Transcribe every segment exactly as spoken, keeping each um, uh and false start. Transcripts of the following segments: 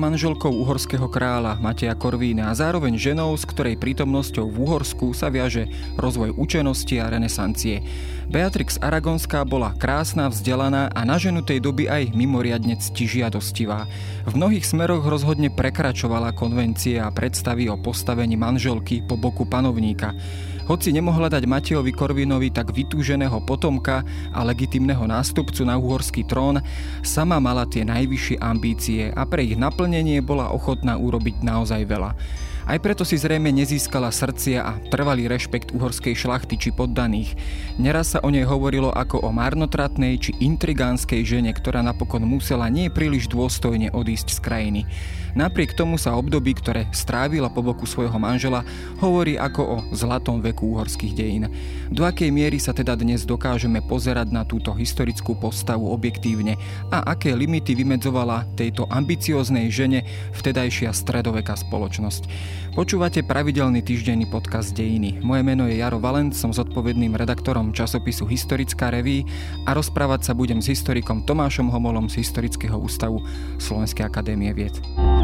manželkou uhorského kráľa Mateja Korvína a zároveň ženou, s ktorej prítomnosťou v Uhorsku sa viaže rozvoj učenosti a renesancie. Beatrix Aragonská bola krásna, vzdelaná a na ženu tej doby aj mimoriadne ctižiadostivá. V mnohých smeroch rozhodne prekračovala konvencie a predstavy o postavení manželky po boku panovníka. Hoci nemohla dať Matejovi Korvínovi tak vytúženého potomka a legitímneho nástupcu na uhorský trón, sama mala tie najvyššie ambície a pre ich naplnenie bola ochotná urobiť naozaj veľa. Aj preto si zrejme nezískala srdcia a trvalý rešpekt uhorskej šlachty či poddaných. Neraz sa o nej hovorilo ako o marnotratnej či intrigánskej žene, ktorá napokon musela nie príliš dôstojne odísť z krajiny. Napriek tomu sa období, ktoré strávila po boku svojho manžela, hovorí ako o zlatom veku uhorských dejín. Do akej miery sa teda dnes dokážeme pozerať na túto historickú postavu objektívne a aké limity vymedzovala tejto ambicióznej žene vtedajšia stredoveká spoločnosť? Počúvate pravidelný týždenný podcast Dejiny. Moje meno je Jaro Valent, som zodpovedným redaktorom časopisu Historická reví a rozprávať sa budem s historikom Tomášom Homolom z Historického ústavu Slovenskej akadémie vied.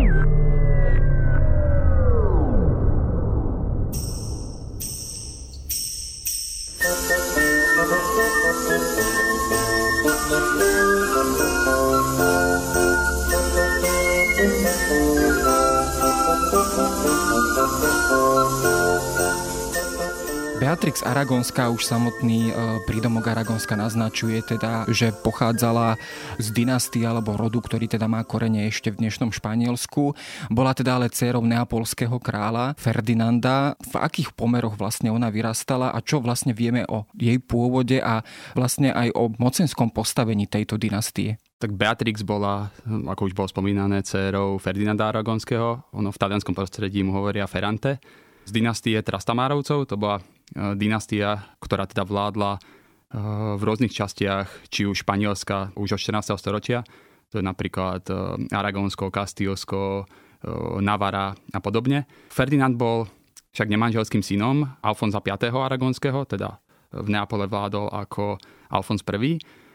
Beatrix Aragonská, už samotný prídomok Aragonská naznačuje teda, že pochádzala z dynastie alebo rodu, ktorý teda má korene ešte v dnešnom Španielsku. Bola teda ale dcérou neapolského kráľa Ferdinanda. V akých pomeroch vlastne ona vyrastala a čo vlastne vieme o jej pôvode a vlastne aj o mocenskom postavení tejto dynastie? Tak Beatrix bola, ako už bolo spomínané, dcérou Ferdinanda Aragonského. Ono v talianskom prostredí mu hovoria Ferrante. Z dynastie Trastamárovcov, to bola dynastia, ktorá teda vládla v rôznych častiach, či už Španielska už od štrnásteho storočia. To je napríklad Aragonsko, Kastílsko, Navara a podobne. Ferdinand bol však nemanželským synom Alfonza piateho Aragonského, teda v Neapole vládol ako Alfons prvý.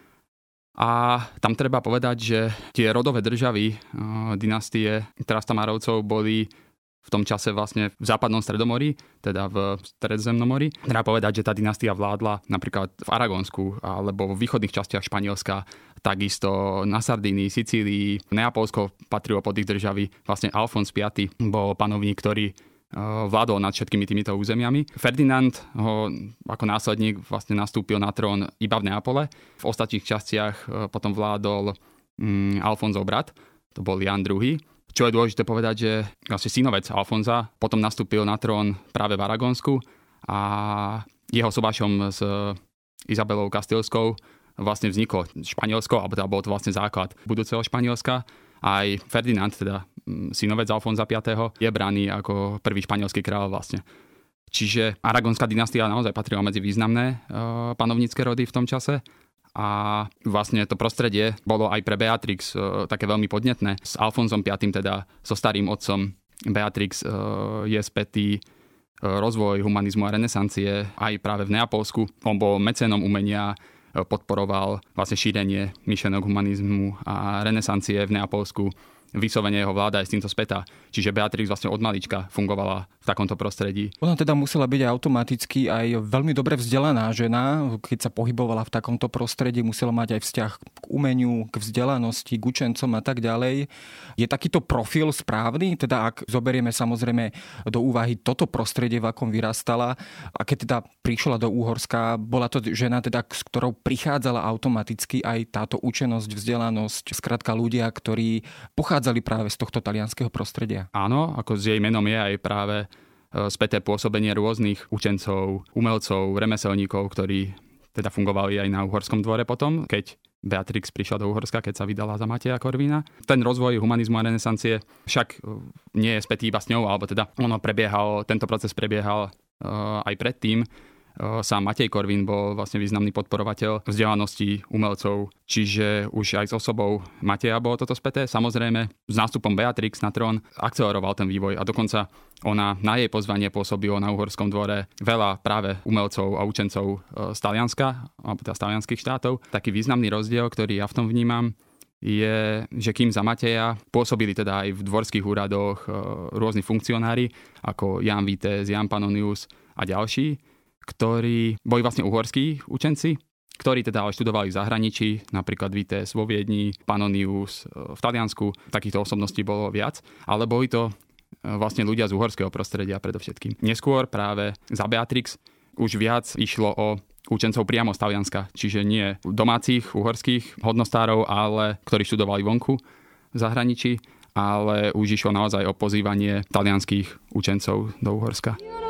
A tam treba povedať, že tie rodové državy dynastie Trastamárovcov boli v tom čase vlastne v západnom Stredomorí, teda v Stredozemnomori. Treba povedať, že tá dynastia vládla napríklad v Aragonsku alebo v východných častiach Španielska, takisto na Sardínii, Sicílii, Neapolsko patrilo pod ich državy. Vlastne Alfons piaty bol panovník, ktorý vládol nad všetkými týmito územiami. Ferdinand ho ako následník vlastne nastúpil na trón iba v Neapole. V ostatných častiach potom vládol mm, Alfonzov brat, to bol Jan druhý. Čo je dôležité povedať, že vlastne synovec Alfonza potom nastúpil na trón práve v Aragonsku a jeho sobášom s Izabelou Kastilskou vlastne vzniklo Španielsko, alebo teda bol to vlastne základ budúceho Španielska. Aj Ferdinand, teda synovec Alfonza piateho je braný ako prvý španielský kráľ vlastne. Čiže Aragonská dynastia naozaj patrila medzi významné uh, panovnícke rody v tom čase. A vlastne to prostredie bolo aj pre Beatrix e, také veľmi podnetné. S Alfonzom piatym, teda so starým otcom Beatrix e, je spätý e, rozvoj humanizmu a renesancie aj práve v Neapolsku. On bol mecénom umenia, e, podporoval vlastne šírenie myšlienok humanizmu a renesancie v Neapolsku. Vyslovene jeho vláda je s týmto spätá. Čiže Beatrix vlastne od malička fungovala v takomto prostredí. Ona teda musela byť automaticky aj veľmi dobre vzdelaná žena. Keď sa pohybovala v takomto prostredí, musela mať aj vzťah k umeniu, k vzdelanosti, k učencom a tak ďalej. Je takýto profil správny? Teda ak zoberieme samozrejme do úvahy toto prostredie, v akom vyrastala, a keď teda prišla do Úhorska, bola to žena, teda, s ktorou prichádzala automaticky aj táto učenosť, vzdelanosť, skrátka ľudia, ktorí pochádzali práve z tohto talianskeho prostredia. Áno, ako s jej menom je aj práve späté pôsobenie rôznych učencov, umelcov, remeselníkov, ktorí teda fungovali aj na uhorskom dvore potom, keď Beatrix prišla do Uhorska, keď sa vydala za Mateja Korvína. Ten rozvoj humanizmu a renesancie však nie je spätý iba s ňou, alebo teda ono prebiehal, tento proces prebiehal uh, aj predtým. Sám Matej Korvín bol vlastne významný podporovateľ vzdelanosti umelcov, čiže už aj s osobou Mateja bolo toto späté. Samozrejme, s nástupom Beatrix na trón akceleroval ten vývoj a dokonca ona na jej pozvanie pôsobilo na uhorskom dvore veľa práve umelcov a učencov z Talianska, alebo teda z talianských štátov. Taký významný rozdiel, ktorý ja v tom vnímam, je, že kým za Mateja pôsobili teda aj v dvorských úradoch rôzni funkcionári, ako Ján Vitéz, Ján Pannonius a ďalší, ktorí boli vlastne uhorskí učenci, ktorí teda ale študovali v zahraničí, napríklad Vitéz vo Viedni, Pannonius v Taliansku, takýchto osobností bolo viac, ale boli to vlastne ľudia z uhorského prostredia predovšetkým. Neskôr práve za Beatrix už viac išlo o učencov priamo z Talianska, čiže nie domácich uhorských hodnostárov, ale ktorí študovali vonku v zahraničí, ale už išlo naozaj o pozývanie talianských učencov do Uhorska.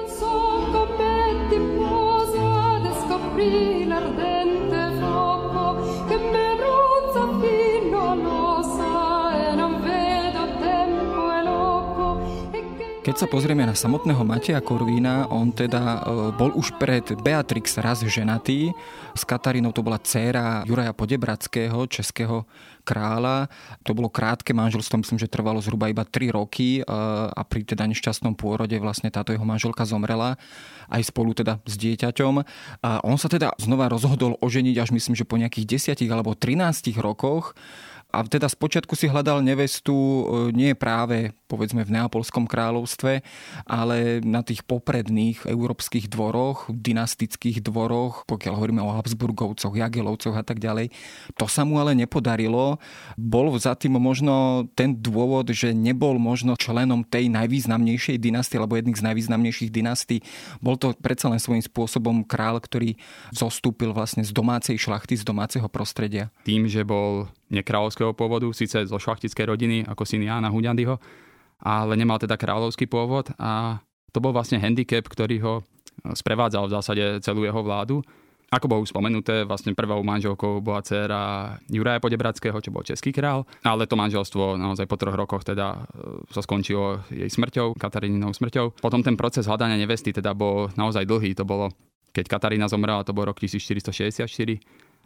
Keď sa pozrieme na samotného Mateja Korvína, on teda bol už pred Beatrix raz ženatý. S Katarínou to bola dcéra Juraja Podebradského, českého kráľa. To bolo krátke manželstvo, myslím, že trvalo zhruba iba tri roky a pri teda nešťastnom pôrode vlastne táto jeho manželka zomrela aj spolu teda s dieťaťom. A on sa teda znova rozhodol oženiť až myslím, že po nejakých desiatich alebo trinástich rokoch. A teda spočiatku si hľadal nevestu nie práve, povedzme, v Neapolskom kráľovstve, ale na tých popredných európskych dvoroch, dynastických dvoroch, pokiaľ hovoríme o Habsburgovcoch, Jagelovcoch a tak ďalej. To sa mu ale nepodarilo. Bol za tým možno ten dôvod, že nebol možno členom tej najvýznamnejšej dynastie, alebo jedných z najvýznamnejších dynastí. Bol to predsa len svojím spôsobom král, ktorý zostúpil vlastne z domácej šlachty, z domáceho prostredia. Tým, že bol nekráľovského pôvodu, síce zo šlachtickej rodiny ako syn Jána Huňadyho, ale nemal teda kráľovský pôvod a to bol vlastne handicap, ktorý ho sprevádzal v zásade celú jeho vládu. Ako bolo už spomenuté, vlastne prvou manželkou bola dcéra Juraja Podebradského, čo bol český král, ale to manželstvo naozaj po troch rokoch teda sa skončilo jej smrťou, Kataríninou smrťou. Potom ten proces hľadania nevesty teda bol naozaj dlhý, to bolo, keď Katarína zomrela, to bol rok tisícštyristošesťdesiatštyri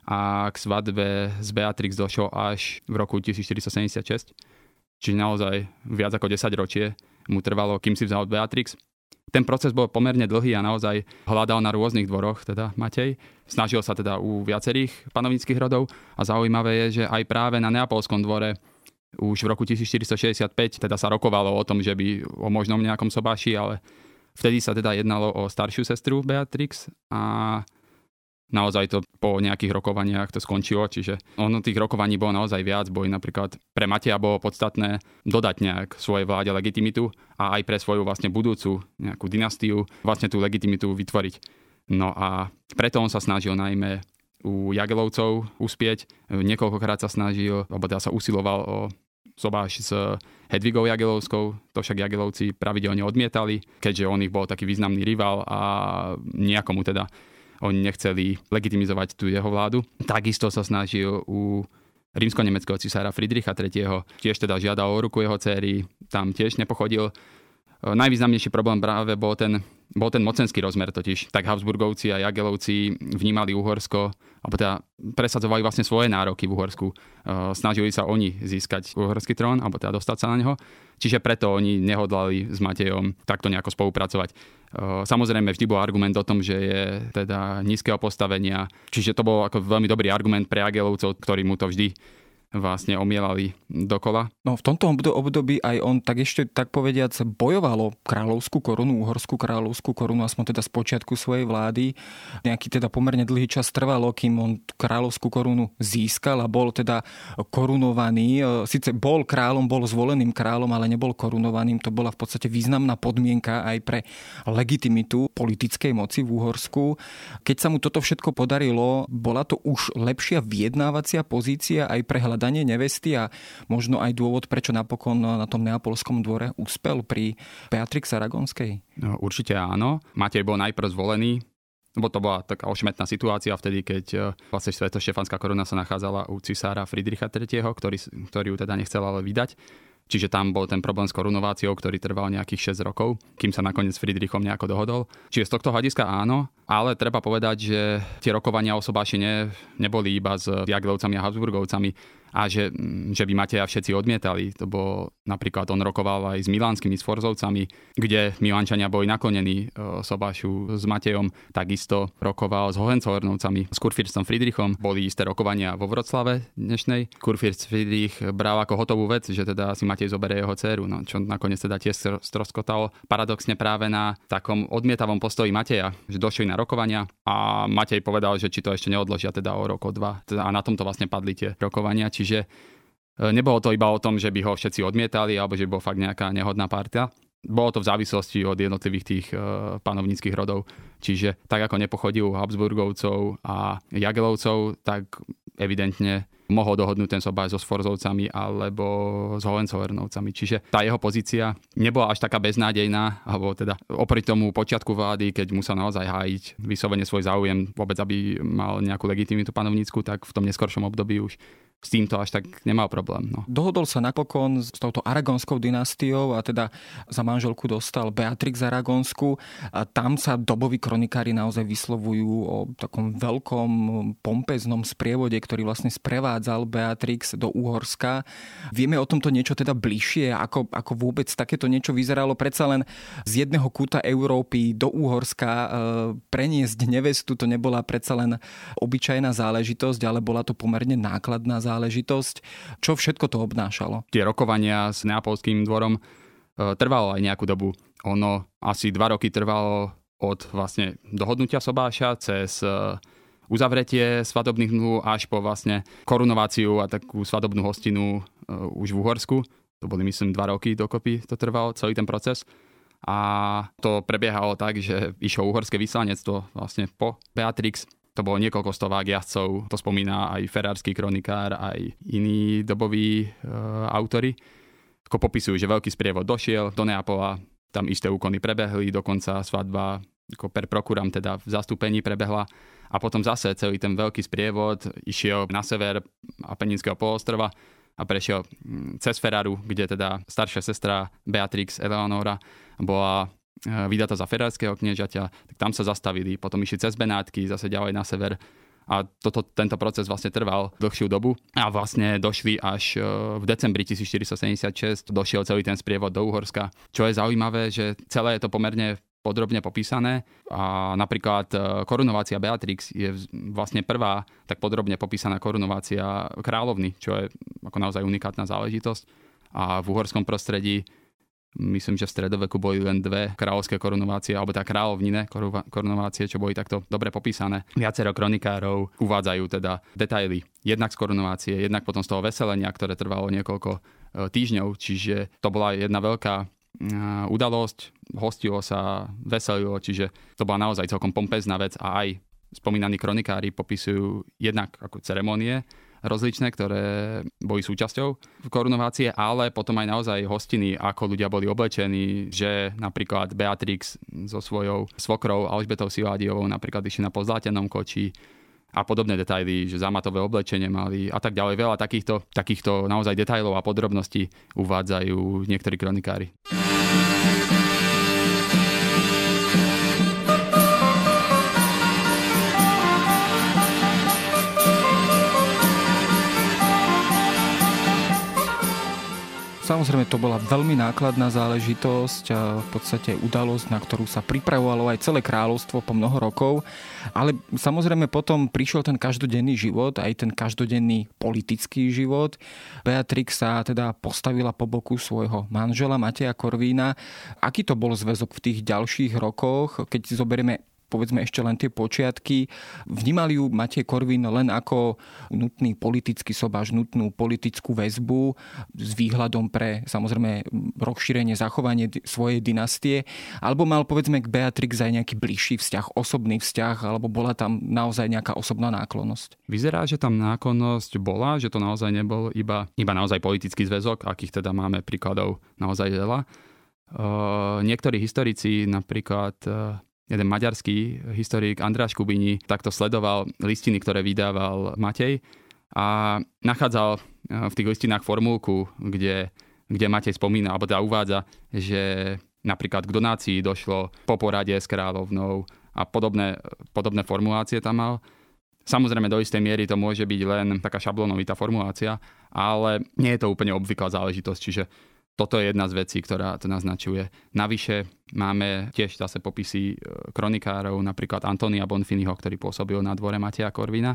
a k svadbe z Beatrix došlo až v roku tisícštyristosedemdesiatšesť. Čiže naozaj viac ako desať ročie mu trvalo, kým si vzal Beatrix. Ten proces bol pomerne dlhý a naozaj hľadal na rôznych dvoroch, teda Matej. Snažil sa teda u viacerých panovníckych rodov a zaujímavé je, že aj práve na Neapolskom dvore už v roku tisícštyristošesťdesiatpäť teda sa rokovalo o tom, že by o možnom nejakom sobáši, ale vtedy sa teda jednalo o staršiu sestru Beatrix a naozaj to po nejakých rokovaniach to skončilo, čiže ono tých rokovaní bolo naozaj viac, boli napríklad pre Mateja bolo podstatné dodať nejak svojej vláde legitimitu a aj pre svoju vlastne budúcu nejakú dynastiu vlastne tú legitimitu vytvoriť. No a preto on sa snažil najmä u Jagelovcov uspieť, niekoľkokrát sa snažil, alebo teda sa usiloval o sobáš s Hedvigou Jagelovskou, to však Jagelovci pravidelne odmietali, keďže on ich bol taký významný rival a nejakomu teda oni nechceli legitimizovať tú jeho vládu. Takisto sa snažil u rímsko-nemeckého cisára Friedricha tretieho. Tiež teda žiadal o ruku jeho dcéry, tam tiež nepochodil. Najvýznamnejší problém práve bol ten, bol ten mocenský rozmer totiž. Tak Habsburgovci a Jagelovci vnímali Uhorsko, alebo teda presadzovali vlastne svoje nároky v Uhorsku. Snažili sa oni získať uhorský trón, alebo teda dostať sa na neho. Čiže preto oni nehodlali s Matejom takto nejako spolupracovať. Samozrejme vždy bol argument o tom, že je teda nízkeho postavenia. Čiže to bol ako veľmi dobrý argument pre Jagelovcov, ktorí mu to vždy vlastne omielali dokola. No v tomto období aj on tak ešte, tak povediac, bojovalo kráľovskú korunu, uhorskú kráľovskú korunu, aspoň teda z počiatku svojej vlády. Nejaký teda pomerne dlhý čas trvalo, kým on kráľovskú korunu získal a bol teda korunovaný. Sice bol kráľom, bol zvoleným kráľom, ale nebol korunovaným. To bola v podstate významná podmienka aj pre legitimitu politickej moci v Uhorsku. Keď sa mu toto všetko podarilo, bola to už lepšia vyjednávacia pozícia aj pre hľadanie nevesty a možno aj dôvod, prečo napokon na tom Neapolskom dvore uspel pri Beatrix Aragonskej? No, určite áno. Matej bol najprv zvolený, lebo to bola taká ošmetná situácia vtedy, keď vlastne Svätoštefanská koruna sa nachádzala u cisára Friedricha tretieho, ktorý, ktorý ju teda nechcel ale vydať. Čiže tam bol ten problém s korunováciou, ktorý trval nejakých šesť rokov, kým sa nakoniec s Friedrichom nejako dohodol. Čiže z tohto hľadiska áno, ale treba povedať, že tie rokovania o sobáši ne, neboli iba s Jagelovcami a Habsburgovcami. a že, že by Mateja všetci odmietali. To bolo napríklad, on rokoval aj s milánskymi Sforzovcami, kde Milančania boli naklonení sobášu s Matejom. Takisto rokoval s Hohenzollernovcami, s Kurfirstom Friedrichom. Boli isté rokovania vo Vroclave dnešnej. Kurfürst Friedrich bral ako hotovú vec, že teda si Matej zoberie jeho dcéru, no, čo nakoniec teda tiež stroskotalo. Paradoxne práve na takom odmietavom postoji Mateja, že došli na rokovania a Matej povedal, že či to ešte neodložia teda o rok, o dva. A na tomto vlastne padli tie rokovania. Čiže nebolo to iba o tom, že by ho všetci odmietali alebo že by bol fakt nejaká nehodná partia. Bolo to v závislosti od jednotlivých tých uh, panovníckych rodov. Čiže tak ako nepochodil Habsburgovcov a Jagelovcov, tak evidentne mohol dohodnúť ten sobáš so Sforzovcami alebo s Hohenzollernovcami. Čiže tá jeho pozícia nebola až taká beznádejná, alebo teda oproti tomu počiatku vlády, keď musel naozaj hájiť vyslovene svoj záujem, vôbec aby mal nejakú legitimitu panovnícku, tak v tom neskoršom období už s týmto až tak nemal problém. No. Dohodol sa napokon s touto aragonskou dynastiou a teda za manželku dostal Beatrix Aragonsku. A tam sa doboví kronikári naozaj vyslovujú o takom veľkom pompeznom sprievode, ktorý vlastne sprevádzal Beatrix do Uhorska. Vieme o tomto niečo teda bližšie, ako, ako vôbec takéto niečo vyzeralo? Predsa len z jedného kúta Európy do Uhorska e, preniesť nevestu, to nebola predsa len obyčajná záležitosť, ale bola to pomerne nákladná záležitosť. záležitosť. Čo všetko to obnášalo? Tie rokovania s neapolským dvorom e, trvalo aj nejakú dobu. Ono asi dva roky trvalo od vlastne dohodnutia sobáša cez e, uzavretie svadobných mluv až po vlastne korunováciu a takú svadobnú hostinu e, už v Uhorsku. To boli myslím dva roky dokopy, to trvalo celý ten proces. A to prebiehalo tak, že išlo uhorské vyslanectvo vlastne po Beatrix. To bolo niekoľko stovák jazdcov, to spomína aj ferársky kronikár, aj iní doboví e, autori. Ako popisujú, že veľký sprievod došiel do Neapola, tam isté úkony prebehli, dokonca svadba ako per procuram teda v zastúpení prebehla a potom zase celý ten veľký sprievod išiel na sever Apeninského poloostrova a prešiel cez Ferraru, kde teda staršia sestra Beatrix Eleonora bola vydatá za ferárskeho kniežaťa, tak tam sa zastavili, potom išli cez Benátky, zase ďalej na sever a toto, tento proces vlastne trval dlhšiu dobu a vlastne došli až v decembri tisícštyristosedemdesiatšesť, došiel celý ten sprievod do Uhorska. Čo je zaujímavé, že celé je to pomerne podrobne popísané a napríklad korunovácia Beatrix je vlastne prvá tak podrobne popísaná korunovácia kráľovny, čo je ako naozaj unikátna záležitosť a v uhorskom prostredí myslím, že v stredoveku boli len dve kráľovské korunovácie, alebo tá kráľovnine korunovácie, čo boli takto dobre popísané. Viacero kronikárov uvádzajú teda detaily. Jednak z korunovácie, jednak potom z toho veselenia, ktoré trvalo niekoľko týždňov. Čiže to bola jedna veľká udalosť, hostilo sa, veselilo, čiže to bola naozaj celkom pompezná vec a aj spomínaní kronikári popisujú jednak ako ceremonie rozličné, ktoré boli súčasťou korunovácie, ale potom aj naozaj hostiny, ako ľudia boli oblečení, že napríklad Beatrix so svojou svokrou Alžbetou Szilágyovou napríklad išli na pozlátenom koči a podobné detaily, že zámatové oblečenie mali a tak ďalej. Veľa takýchto, takýchto naozaj detailov a podrobností uvádzajú niektorí kronikári. Samozrejme, to bola veľmi nákladná záležitosť, v podstate udalosť, na ktorú sa pripravovalo aj celé kráľovstvo po mnoho rokov, ale samozrejme potom prišiel ten každodenný život, aj ten každodenný politický život. Beatrix sa teda postavila po boku svojho manžela Mateja Korvína. Aký to bol zväzok v tých ďalších rokoch, keď zoberieme povedzme ešte len tie počiatky. Vnímali ju Matej Korvín len ako nutný politický sobáš, nutnú politickú väzbu s výhľadom pre samozrejme rozšírenie, zachovanie svojej dynastie, alebo mal povedzme k Beatrix aj nejaký bližší vzťah, osobný vzťah, alebo bola tam naozaj nejaká osobná náklonnosť? Vyzerá, že tam náklonnosť bola, že to naozaj nebol iba, iba naozaj politický zväzok, akých teda máme príkladov naozaj veľa. Uh, niektorí historici, napríklad uh, jeden maďarský historik Andráš Kubini takto sledoval listiny, ktoré vydával Matej a nachádzal v tých listinách formulku, kde, kde Matej spomína, alebo teda uvádza, že napríklad k donácii došlo po porade s kráľovnou a podobné, podobné formulácie tam mal. Samozrejme, do istej miery to môže byť len taká šablónovitá formulácia, ale nie je to úplne obvyklá záležitosť, čiže toto je jedna z vecí, ktorá to naznačuje. Navyše máme tiež zase popisy kronikárov, napríklad Antonia Bonfiniho, ktorý pôsobil na dvore Mateja Korvína.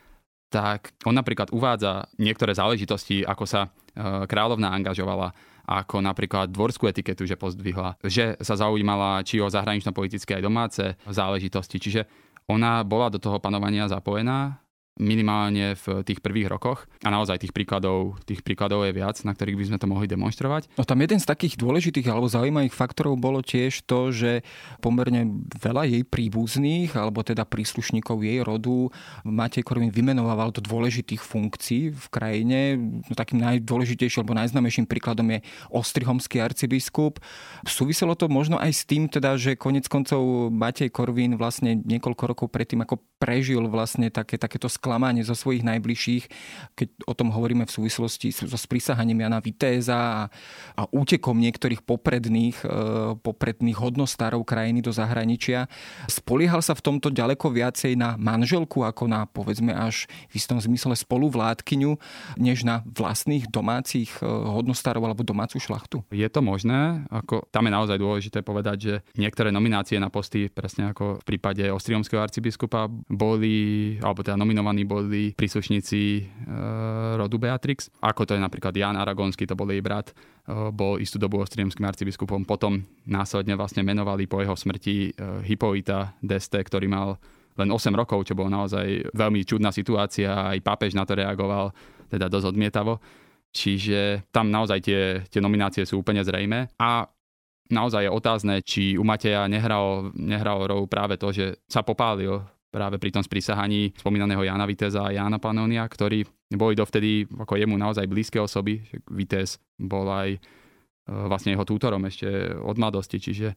Tak on napríklad uvádza niektoré záležitosti, ako sa kráľovná angažovala, ako napríklad dvorskú etiketu, že pozdvihla, že sa zaujímala či o zahranično-politické aj domáce záležitosti. Čiže ona bola do toho panovania zapojená minimálne v tých prvých rokoch a naozaj tých príkladov, tých príkladov je viac, na ktorých by sme to mohli demonštrovať. No tam jeden z takých dôležitých alebo zaujímavých faktorov bolo tiež to, že pomerne veľa jej príbuzných alebo teda príslušníkov jej rodu Matej Korvín vymenovával do dôležitých funkcií v krajine. No, takým najdôležitejším alebo najznámejším príkladom je ostrihomský arcibiskup. Súviselo to možno aj s tým, teda, že konec koncov Matej Korvín vlastne niekoľko rokov predtým ako prežil vlastne také, takéto sklamanie zo svojich najbližších, keď o tom hovoríme v súvislosti so sprísahaním Jana Vitéza a, a útekom niektorých popredných, e, popredných hodnostárov krajiny do zahraničia. Spoliehal sa v tomto ďaleko viacej na manželku ako na, povedzme, až v istom zmysle spoluvládkyňu, než na vlastných domácich e, hodnostárov alebo domácu šlachtu? Je to možné. Ako, tam je naozaj dôležité povedať, že niektoré nominácie na posty, presne ako v prípade ostrihomského arcibiskupa, boli, alebo teda nominovaní boli príslušníci e, rodu Beatrix. Ako to je napríklad Ján Aragonský, to bol jej brat, e, bol istú dobu ostrihomským arcibiskupom. Potom následne vlastne menovali po jeho smrti e, Hypolita d'Este, ktorý mal len osem rokov, čo bolo naozaj veľmi čudná situácia. Aj pápež na to reagoval teda dosť odmietavo. Čiže tam naozaj tie, tie nominácie sú úplne zrejmé. A naozaj je otázne, či u Mateja nehral, nehral rolu práve to, že sa popálil práve pri tom sprísahaní spomínaného Jána Vitéza a Jána Pannonia, ktorí boli dovtedy ako jemu naozaj blízke osoby. Vitéz bol aj vlastne jeho tútorom ešte od mladosti, čiže,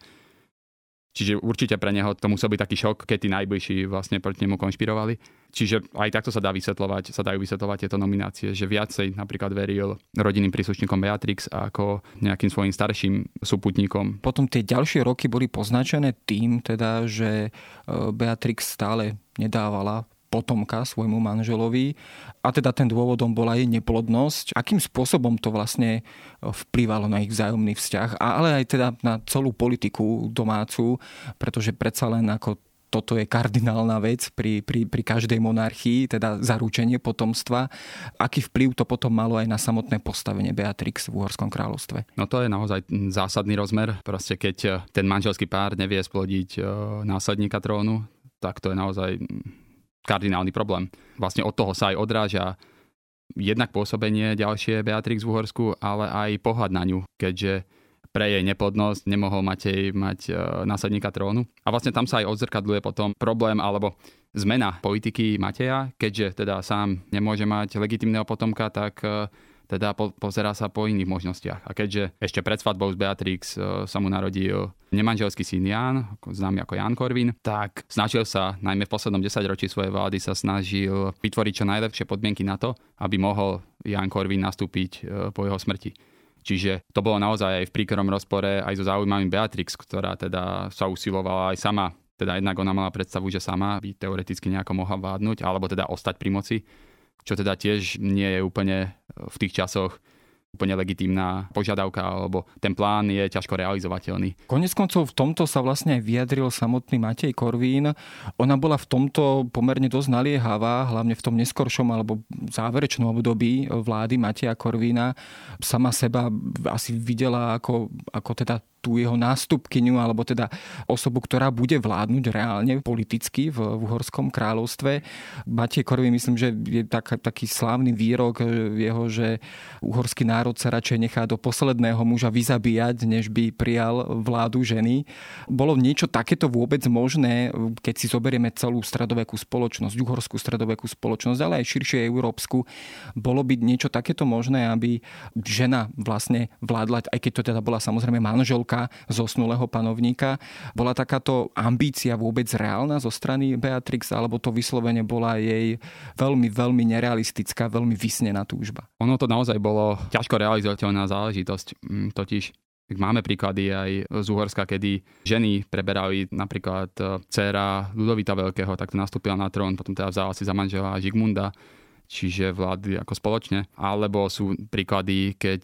čiže určite pre neho to musel byť taký šok, keď tí najbližší vlastne proti nemu konšpirovali. Čiže aj takto sa dá vysvetľovať, sa dajú vysvetľovať tieto nominácie, že viacej napríklad veril rodinným príslušníkom Beatrix ako nejakým svojim starším súputníkom. Potom tie ďalšie roky boli poznačené tým, teda, že Beatrix stále nedávala potomka svojmu manželovi a teda ten dôvodom bola jej neplodnosť. Akým spôsobom to vlastne vplyvalo na ich vzájomný vzťah, ale aj teda na celú politiku domácu, pretože predsa len ako toto je kardinálna vec pri, pri, pri každej monarchii, teda zaručenie potomstva. Aký vplyv to potom malo aj na samotné postavenie Beatrix v Uhorskom kráľovstve? No to je naozaj zásadný rozmer. Proste keď ten manželský pár nevie splodiť následníka trónu, tak to je naozaj kardinálny problém. Vlastne od toho sa aj odráža jednak pôsobenie ďalšie Beatrix v Uhorsku, ale aj pohľad na ňu, keďže pre jej neplodnosť nemohol Matej mať následníka trónu. A vlastne tam sa aj odzrkadľuje potom problém alebo zmena politiky Mateja, keďže teda sám nemôže mať legitímneho potomka, tak teda po, pozerá sa po iných možnostiach. A keďže ešte pred svadbou s Beatrix sa mu narodil nemanželský syn Ján, známy ako Ján Korvín, tak snažil sa, najmä v poslednom desaťročí svojej vlády, sa snažil vytvoriť čo najlepšie podmienky na to, aby mohol Ján Korvín nastúpiť po jeho smrti. Čiže to bolo naozaj aj v príkrom rozpore aj so záujmami Beatrix, ktorá teda sa usilovala aj sama, teda jednak ona mala predstavu, že sama by teoreticky nejako mohla vládnuť, alebo teda ostať pri moci, čo teda tiež nie je úplne v tých časoch úplne legitímna požiadavka, alebo ten plán je ťažko realizovateľný. Konec koncov v tomto sa vlastne aj vyjadril samotný Matej Korvín. Ona bola v tomto pomerne dosť naliehavá, hlavne v tom neskoršom alebo záverečnom období vlády Mateja Korvína. Sama seba asi videla ako, ako teda tú jeho nástupkyňu, alebo teda osobu, ktorá bude vládnuť reálne politicky v, v Uhorskom kráľovstve. Matej Korvín, myslím, že je tak, taký slávny výrok jeho, že uhorský národ sa radšej nechá do posledného muža vyzabíjať, než by prijal vládu ženy. Bolo niečo takéto vôbec možné, keď si zoberieme celú stredovekú spoločnosť, uhorskú stredovekú spoločnosť, ale aj širšie európsku, bolo by niečo takéto možné, aby žena vlastne vládla, aj keď to teda bola samozrejme manželka zosnulého panovníka. Bola takáto ambícia vôbec reálna zo strany Beatrix, alebo to vyslovene bola jej veľmi, veľmi nerealistická, veľmi vysnená túžba? Ono to naozaj bolo ťažko realizovateľná záležitosť. Totiž Máme príklady aj z Uhorska, kedy ženy preberali napríklad dcéra Ľudovita Veľkého, takto nastúpila na trón, potom teda vzala si za manžela Žigmunda, čiže vládli ako spoločne. Alebo sú príklady, keď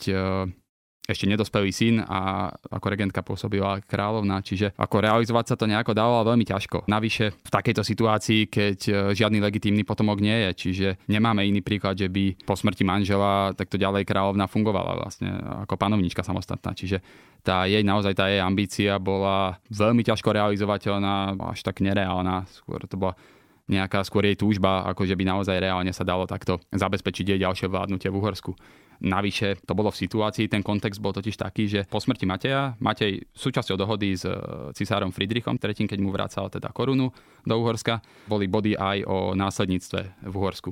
ešte nedospelý syn a ako regentka pôsobila kráľovna, čiže ako realizovať sa to nejako dalo, ale veľmi ťažko. Navyše v takejto situácii, keď žiadny legitímny potomok nie je, čiže nemáme iný príklad, že by po smrti manžela takto ďalej kráľovna fungovala vlastne ako panovníčka samostatná, čiže tá jej naozaj tá jej ambícia bola veľmi ťažko realizovateľná, až tak nereálna, skôr to bola nejaká skôr jej túžba, ako že by naozaj reálne sa dalo takto zabezpečiť jej ďalšie vládnutie v Uhorsku. Navyše to bolo v situácii, ten kontext bol totiž taký, že po smrti Mateja, Matej súčasťou dohody s cisárom Friedrichom tretím, keď mu vracal teda korunu do Uhorska, boli body aj o následníctve v Uhorsku.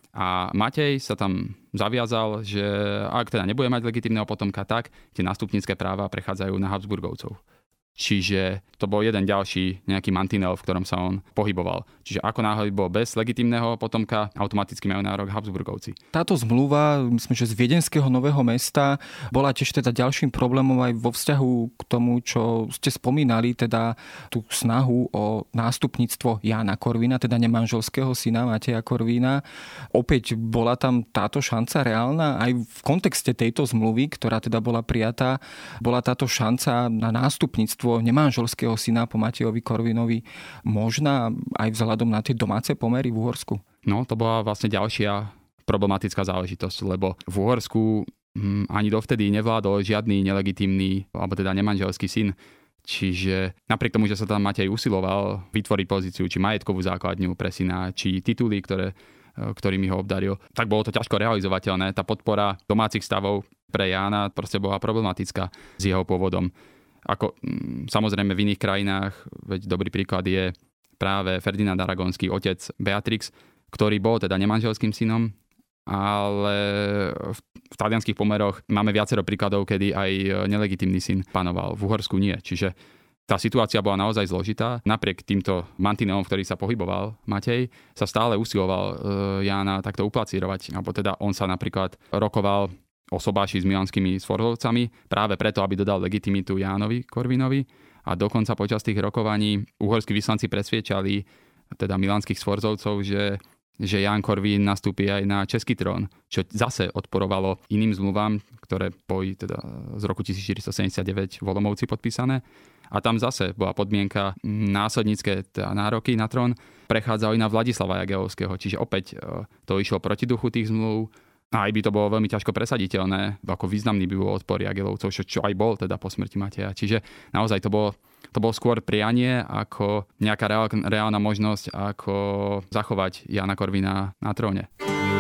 A Matej sa tam zaviazal, že ak teda nebude mať legitímneho potomka, tak tie nástupnícke práva prechádzajú na Habsburgovcov. Čiže to bol jeden ďalší nejaký mantinel, v ktorom sa on pohyboval. Čiže ako náhle bol bez legitímneho potomka, automaticky majú nárok Habsburgovci. Táto zmluva, myslím, že z Viedenského Nového Mesta bola tiež teda ďalším problémom aj vo vzťahu k tomu, čo ste spomínali, teda tú snahu o nástupníctvo Jána Korvína, teda nemanželského syna Mateja Korvína. Opäť bola tam táto šanca reálna aj v kontexte tejto zmluvy, ktorá teda bola prijatá, bola táto šanca na nástupníctvo nemanželského syna po Matejovi Korvínovi možná aj vzhľadom na tie domáce pomery v Uhorsku? No, to bola vlastne ďalšia problematická záležitosť, lebo v Uhorsku hm, ani dovtedy nevládol žiadny nelegitímny, alebo teda nemanželský syn. Čiže napriek tomu, že sa tam Matej usiloval vytvoriť pozíciu, či majetkovú základňu pre syna, či tituly, ktoré, ktorými ho obdaril, tak bolo to ťažko realizovateľné. Tá podpora domácich stavov pre Jána proste bola problematická s jeho pôvodom. Ako samozrejme v iných krajinách, veď dobrý príklad je práve Ferdinand Aragonský, otec Beatrix, ktorý bol teda nemanželským synom, ale v, v talianských pomeroch máme viacero príkladov, kedy aj nelegitímny syn panoval. V Uhorsku nie. Čiže tá situácia bola naozaj zložitá. Napriek týmto mantinelom, v ktorých sa pohyboval Matej, sa stále usiloval e, Jána takto uplacírovať. Alebo teda on sa napríklad rokoval o sobáši s milanskými sforzovcami práve preto, aby dodal legitimitu Jánovi Korvínovi a dokonca počas tých rokovaní uhorskí vyslanci presviečali teda milanských sforzovcov, že, že Ján Korvín nastúpi aj na český trón, čo zase odporovalo iným zmluvám, ktoré boli teda z roku tisícštyristosedemdesiatdeväť v Olomouci podpísané. A tam zase bola podmienka následnícke teda nároky na trón prechádzali na Vladislava Jagiełłowského, čiže opäť to išlo proti duchu tých zmluv. A aj by to bolo veľmi ťažko presaditeľné, ako významný by bol odpor Jagiełłowcov, čo, čo aj bol teda po smrti Mateja. Čiže naozaj to bolo, to bolo skôr prianie ako nejaká reál, reálna možnosť, ako zachovať Jána Korvína na tróne.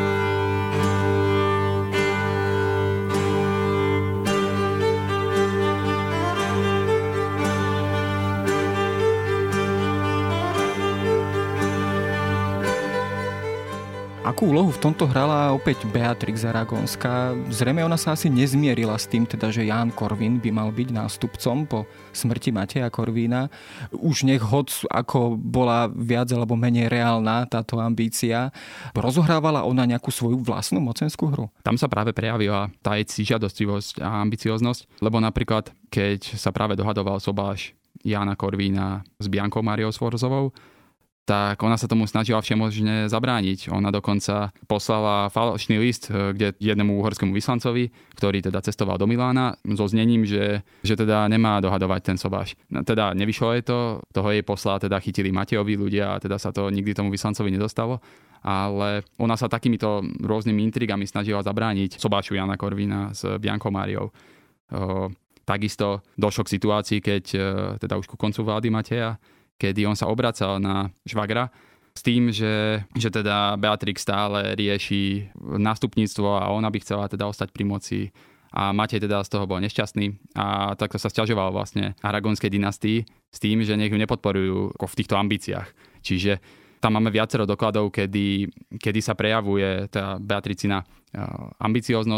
Akú úlohu v tomto hrala opäť Beatrix Aragonská? Zrejme ona sa asi nezmierila s tým, teda, že Ján Korvín by mal byť nástupcom po smrti Mateja Korvína. Už nech hoc ako bola viac alebo menej reálna táto ambícia, rozohrávala ona nejakú svoju vlastnú mocenskú hru? Tam sa práve prejavila tá jej žiadostivosť a ambicioznosť, lebo napríklad, keď sa práve dohadoval sobáš Jána Korvína s Biankou Máriou Sforzovou, tak ona sa tomu snažila všemožne zabrániť. Ona dokonca poslala falošný list kde jednému uhorskému vyslancovi, ktorý teda cestoval do Milána so znením, že, že teda nemá dohadovať ten sobáš. No, teda nevyšlo jej to, toho jej posla teda chytili Matejovi ľudia a teda sa to nikdy tomu vyslancovi nedostalo. Ale ona sa takýmito rôznymi intrigami snažila zabrániť sobášu Jána Korvína s Biankou Máriou. O, takisto došlo k situácii, keď teda už ku koncu vlády Mateja, kedy on sa obracal na švagra s tým, že, že teda Beatrix stále rieši nástupníctvo a ona by chcela teda ostať pri moci. A Matej teda z toho bol nešťastný a takto sa sťažoval vlastne aragonskej dynastii s tým, že nech ju nepodporujú v týchto ambíciách. Čiže tam máme viacero dokladov, kedy, kedy sa prejavuje tá Beatricina ambicioznosť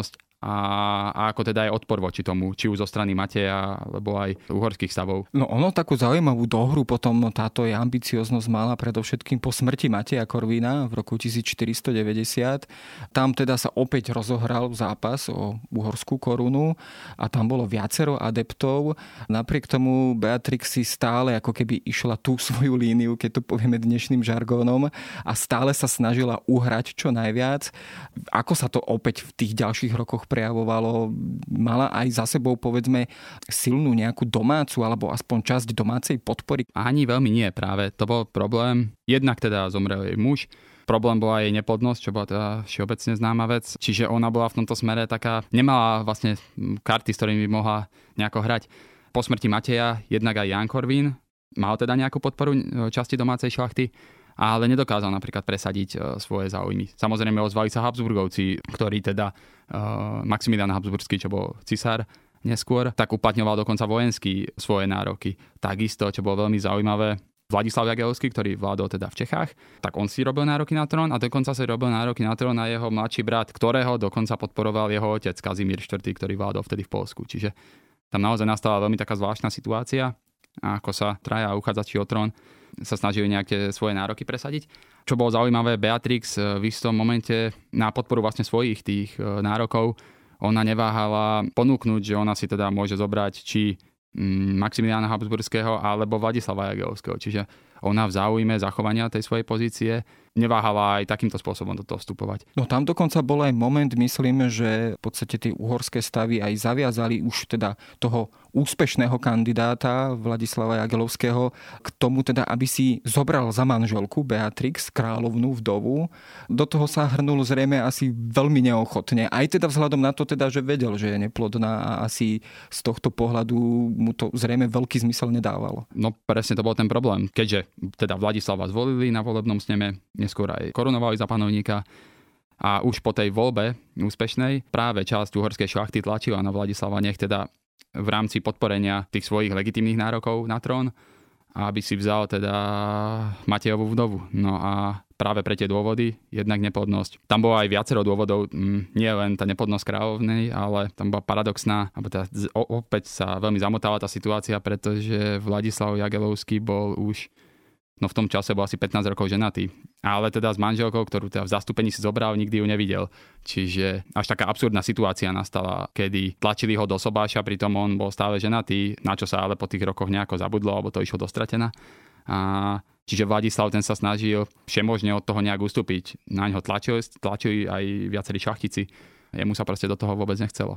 a, a ako teda aj odpor voči tomu, či už zo strany Mateja, alebo aj uhorských stavov. No ono takú zaujímavú dohru potom táto ambicioznosť mala predovšetkým po smrti Mateja Korvína v roku tisícštyristodeväťdesiat. Tam teda sa opäť rozohral zápas o uhorskú korunu a tam bolo viacero adeptov. Napriek tomu Beatrix si stále ako keby išla tú svoju líniu, keď to povieme dnešným žargónom, a stále sa snažila uhrať čo najviac. Ako sa to opäť v tých ďalších rokoch prejavovalo? Mala aj za sebou, povedzme, silnú nejakú domácu alebo aspoň časť domácej podpory? Ani veľmi nie práve. To bol problém. Jednak teda zomrel jej muž. Problém bola jej neplodnosť, čo bola teda všeobecne známa vec. Čiže ona bola v tomto smere taká, nemala vlastne karty, s ktorými by mohla nejako hrať. Po smrti Mateja jednak aj Ján Korvín mal teda nejakú podporu časti domácej šlachty, ale nedokázal napríklad presadiť svoje záujmy. Samozrejme ozvali sa Habsburgovci, ktorí teda uh, Maximilián Habsburský, čo bol cisár neskôr, tak uplatňoval dokonca vojenský svoje nároky. Takisto, čo bolo veľmi zaujímavé, Vladislav Jagellský, ktorý vládol teda v Čechách, tak on si robil nároky na trón a dokonca si robil nároky na trón na jeho mladší brat, ktorého dokonca podporoval jeho otec Kazimír štvrtý, ktorý vládol vtedy v Poľsku. Čiže tam naozaj nastala veľmi taká zvláštna situácia, ako sa traja uchádzači o trón sa snažili nejaké svoje nároky presadiť. Čo bolo zaujímavé, Beatrix v istom momente na podporu vlastne svojich tých nárokov, ona neváhala ponúknuť, že ona si teda môže zobrať či Maximiliána Habsburského alebo Vladislava Jagellského. Čiže ona v záujme zachovania tej svojej pozície neváhala aj takýmto spôsobom do toho vstupovať. No tam dokonca bol aj moment, myslím, že v podstate tie uhorské stavy aj zaviazali už teda toho úspešného kandidáta Vladislava Jagellského k tomu teda, aby si zobral za manželku Beatrix, kráľovnú vdovu. Do toho sa hrnul zrejme asi veľmi neochotne. Aj teda vzhľadom na to teda, že vedel, že je neplodná a asi z tohto pohľadu mu to zrejme veľký zmysel nedávalo. No presne to bol ten problém. Keďže teda Vladislava zvolili na volebnom sneme, neskôr aj korunovali za panovníka a už po tej voľbe úspešnej práve časť uhorskej šlachty tlačila na Vladislava, nech teda v rámci podporenia tých svojich legitímnych nárokov na trón, aby si vzal teda Matejovú vdovu. No a práve pre tie dôvody, jednak neplodnosť. Tam bolo aj viacero dôvodov, nie len tá neplodnosť kráľovnej, ale tam bola paradoxná, alebo teda opäť sa veľmi zamotala tá situácia, pretože Vladislav Jagellský bol už no v tom čase bol asi pätnásť rokov ženatý. Ale teda s manželkou, ktorú teda v zastúpení si zobral, nikdy ju nevidel. Čiže až taká absurdná situácia nastala, kedy tlačili ho do sobáša, pritom on bol stále ženatý, na čo sa ale po tých rokoch nejako zabudlo, alebo to išlo dostratená. A čiže Vladislav ten sa snažil všemožne od toho nejak ustúpiť. Na ňo tlačili, tlačili aj viacerí šlachtici. Jemu sa proste do toho vôbec nechcelo.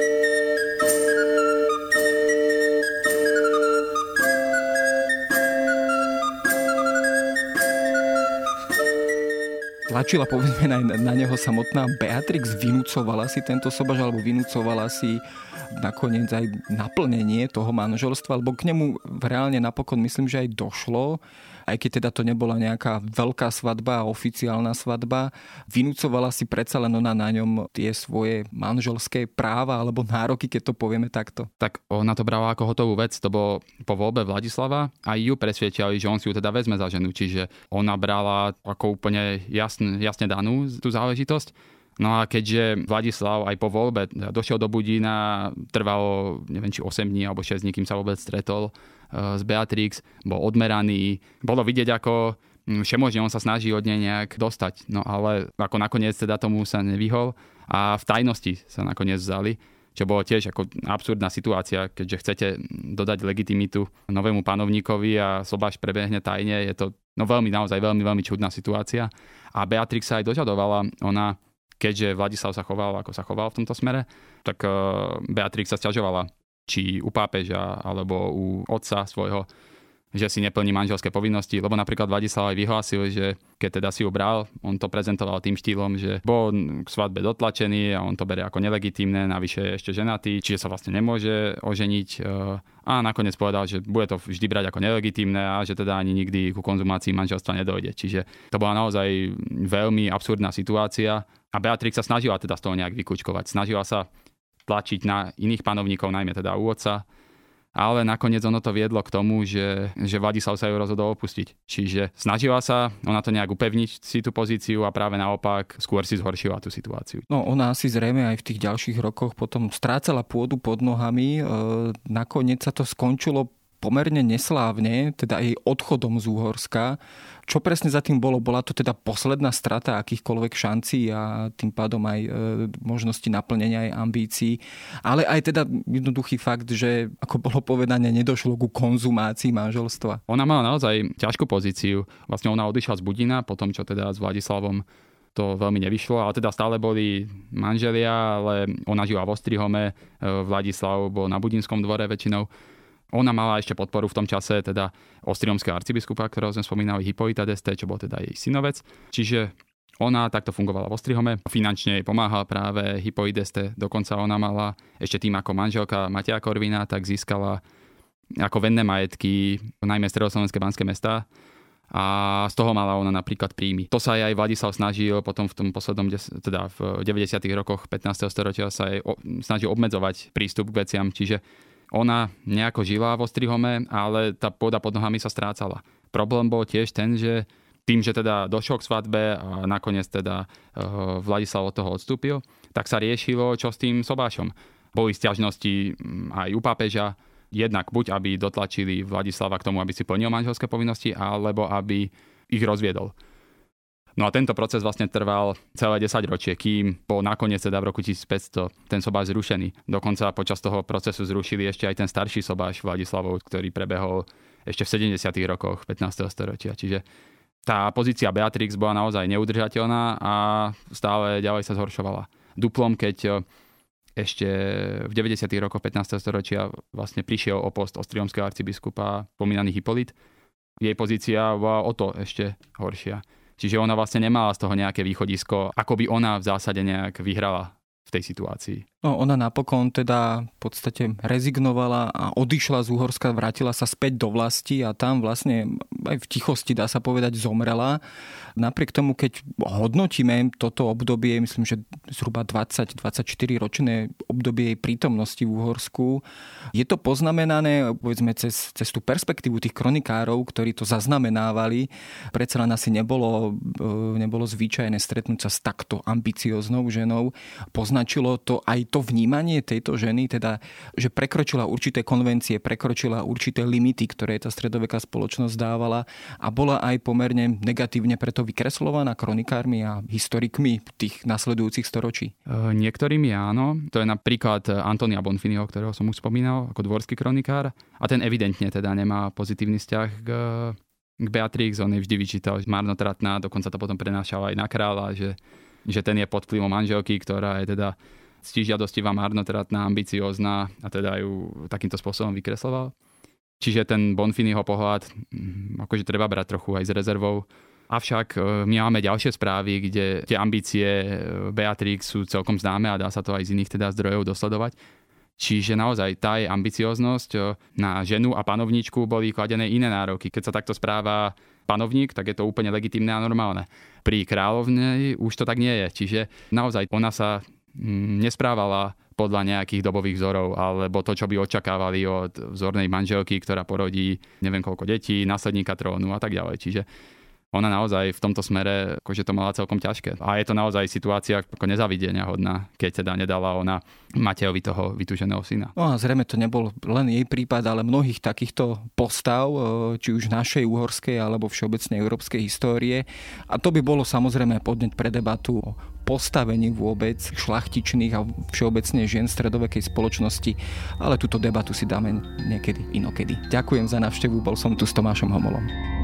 Tlačila povedzme na, na neho samotná Beatrix, vynúcovala si tento sobaž, alebo vynúcovala si nakoniec aj naplnenie toho manželstva, alebo k nemu reálne napokon myslím, že aj došlo, aj keď teda to nebola nejaká veľká svadba a oficiálna svadba, vynúcovala si predsa len ona na ňom tie svoje manželské práva alebo nároky, keď to povieme takto. Tak ona to brala ako hotovú vec, to bolo po voľbe Vladislava a ju presviečali, že on si ju teda vezme za ženu, čiže ona brala ako úplne jasne, jasne danú tú záležitosť. No a keďže Vladislav aj po voľbe došiel do Budína, trvalo neviem či osem dní alebo šesť dní, kým sa vôbec stretol s Beatrix, bol odmeraný, bolo vidieť, ako všemožne on sa snaží od nej nejak dostať. No ale ako nakoniec teda tomu sa nevyhol a v tajnosti sa nakoniec vzali, čo bolo tiež ako absurdná situácia, keďže chcete dodať legitimitu novému panovníkovi a sobáš prebehne tajne, je to no veľmi, naozaj veľmi, veľmi čudná situácia. A Beatrix sa aj dožadovala, ona keďže Vladislav sa choval, ako sa choval v tomto smere, tak Beatrix sa sťažovala, či u pápeža, alebo u otca svojho, že si neplní manželské povinnosti, lebo napríklad Vladislav aj vyhlásil, že keď teda si ju bral, on to prezentoval tým štýlom, že bol k svadbe dotlačený a on to berie ako nelegitímne, navyše je ešte ženatý, čiže sa vlastne nemôže oženiť a nakoniec povedal, že bude to vždy brať ako nelegitímne a že teda ani nikdy ku konzumácii manželstva nedojde. Čiže to bola naozaj veľmi absurdná situácia a Beatrix sa snažila teda z toho nejak vykúčkovať. Snažila sa tlačiť na iných panovníkov, najmä teda u otca, ale nakoniec ono to viedlo k tomu, že, že Vladislav sa ju rozhodol opustiť. Čiže snažila sa ona to nejak upevniť si tú pozíciu a práve naopak skôr si zhoršila tú situáciu. No ona asi zrejme aj v tých ďalších rokoch potom strácala pôdu pod nohami. E, nakoniec sa to skončilo pomerne neslávne, teda jej odchodom z Úhorska. Čo presne za tým bolo? Bola to teda posledná strata akýchkoľvek šancí a tým pádom aj e, možnosti naplnenia aj ambícií. Ale aj teda jednoduchý fakt, že ako bolo povedané, nedošlo ku konzumácii manželstva. Ona mala naozaj ťažkú pozíciu. Vlastne ona odišla z Budína, potom čo teda s Vladislavom to veľmi nevyšlo, ale teda stále boli manželia, ale ona žila v Ostrihome, Vladislav bol na Budínskom dvore väčšinou. Ona mala ešte podporu v tom čase teda ostrihomského arcibiskupa, ktorého sme spomínali, Hippolyta d'Este, čo bol teda jej synovec. Čiže ona takto fungovala v Ostrihome. Finančne jej pomáhal práve Hippolyta d'Este. Dokonca ona mala ešte tým ako manželka Mateja Korvína, tak získala ako venné majetky, najmä stredoslovenské banské mestá. A z toho mala ona napríklad príjmy. To sa aj Vladislav snažil potom v tom poslednom, teda v deväťdesiatych rokoch pätnásteho storočia sa aj snažil obmedzovať prístup k veciam, čiže ona nejako žila v Ostrihome, ale tá pôda pod nohami sa strácala. Problém bol tiež ten, že tým, že teda došlo k svadbe a nakoniec teda Vladislav od toho odstúpil, tak sa riešilo, čo s tým sobášom. Boli sťažnosti aj u pápeža, jednak buď aby dotlačili Vladislava k tomu, aby si plnil manželské povinnosti, alebo aby ich rozviedol. No a tento proces vlastne trval celé desaťročie, kým bol nakoniec teda v roku tisícpäťsto ten sobáš zrušený. Dokonca počas toho procesu zrušili ešte aj ten starší sobáš Vladislavov, ktorý prebehol ešte v sedemdesiatych rokoch pätnásteho storočia. Čiže tá pozícia Beatrix bola naozaj neudržateľná a stále ďalej sa zhoršovala. Duplom, keď ešte v deväťdesiatych rokoch pätnásteho storočia vlastne prišiel o post ostrihomského arcibiskupa spomínaný Hippolyt, jej pozícia bola o to ešte horšia. Čiže ona vlastne nemala z toho nejaké východisko, ako by ona v zásade nejak vyhrala v tej situácii. No, ona napokon teda v podstate rezignovala a odišla z Úhorska, vrátila sa späť do vlasti a tam vlastne aj v tichosti, dá sa povedať, zomrela. Napriek tomu, keď hodnotíme toto obdobie, myslím, že zhruba dvadsať dvadsaťštyri ročné obdobie jej prítomnosti v Úhorsku, je to poznamenané, povedzme, cez, cez tú perspektívu tých kronikárov, ktorí to zaznamenávali. Predsa len asi nebolo, nebolo zvyčajné stretnúť sa s takto ambicioznou ženou. Poznačilo to aj to vnímanie tejto ženy, teda, že prekročila určité konvencie, prekročila určité limity, ktoré tá stredoveká spoločnosť dávala a bola aj pomerne negatívne preto vykreslovaná kronikármi a historikmi tých nasledujúcich storočí. Niektorými áno. To je napríklad Antonia Bonfiniho, ktorého som už spomínal ako dvorský kronikár. A ten evidentne teda nemá pozitívny vzťah k, k Beatrix. On jej vždy vyčítal, že marnotratná, dokonca to potom prenášal aj na kráľa, že, že ten je pod vplyvom manželky, ktorá je teda ctižiadostivá, marnotratná, ambiciózna a teda ju takýmto spôsobom vykresloval. Čiže ten Bonfiniho pohľad akože treba brať trochu aj s rezervou. Avšak my máme ďalšie správy, kde tie ambície Beatrix sú celkom známe a dá sa to aj z iných teda zdrojov dosledovať. Čiže naozaj tá jej ambicióznosť na ženu a panovníčku boli kladené iné nároky. Keď sa takto správa panovník, tak je to úplne legitímne a normálne. Pri kráľovne už to tak nie je. Čiže naozaj ona sa nesprávala podľa nejakých dobových vzorov, alebo to, čo by očakávali od vzornej manželky, ktorá porodí neviem koľko detí, následníka trónu a tak ďalej. Čiže ona naozaj v tomto smere akože to mala celkom ťažké. A je to naozaj situácia ako nezavidenia hodná, keď teda nedala ona Matejovi toho vytúženého syna. No a zrejme to nebol len jej prípad, ale mnohých takýchto postav, či už našej uhorskej alebo všeobecnej európskej histórie. A to by bolo samozrejme podneť pre debatu o postavení vôbec šlachtičných a všeobecne žien stredovekej spoločnosti. Ale túto debatu si dáme niekedy inokedy. Ďakujem za návštevu, bol som tu s Tomášom Homolom.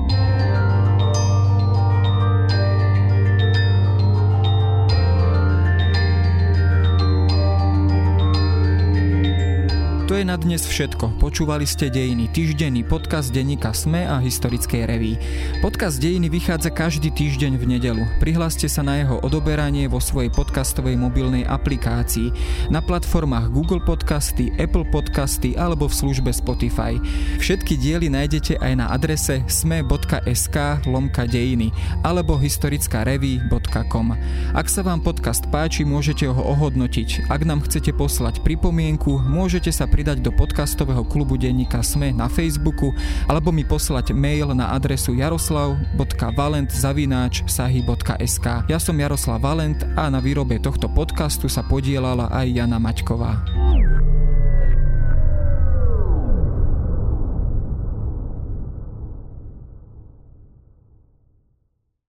To je na dnes všetko. Počúvali ste Dejiny, týždenný podcast denníka SME a Historickej revue. Podcast Dejiny vychádza každý týždeň v nedeľu. Prihláste sa na jeho odoberanie vo svojej podcastovej mobilnej aplikácii, na platformách Google Podcasty, Apple Podcasty alebo v službe Spotify. Všetky diely nájdete aj na adrese sme.sk lomka dejiny alebo historickarevue bodka com. Ak sa vám podcast páči, môžete ho ohodnotiť. Ak nám chcete poslať pripomienku, môžete sa pridať pridať do podcastového klubu denníka SME na Facebooku alebo mi poslať mail na adresu jaroslav bodka valent zavináč sahy bodka es ká. Ja som Jaroslav Valent a na výrobe tohto podcastu sa podieľala aj Jana Maťková.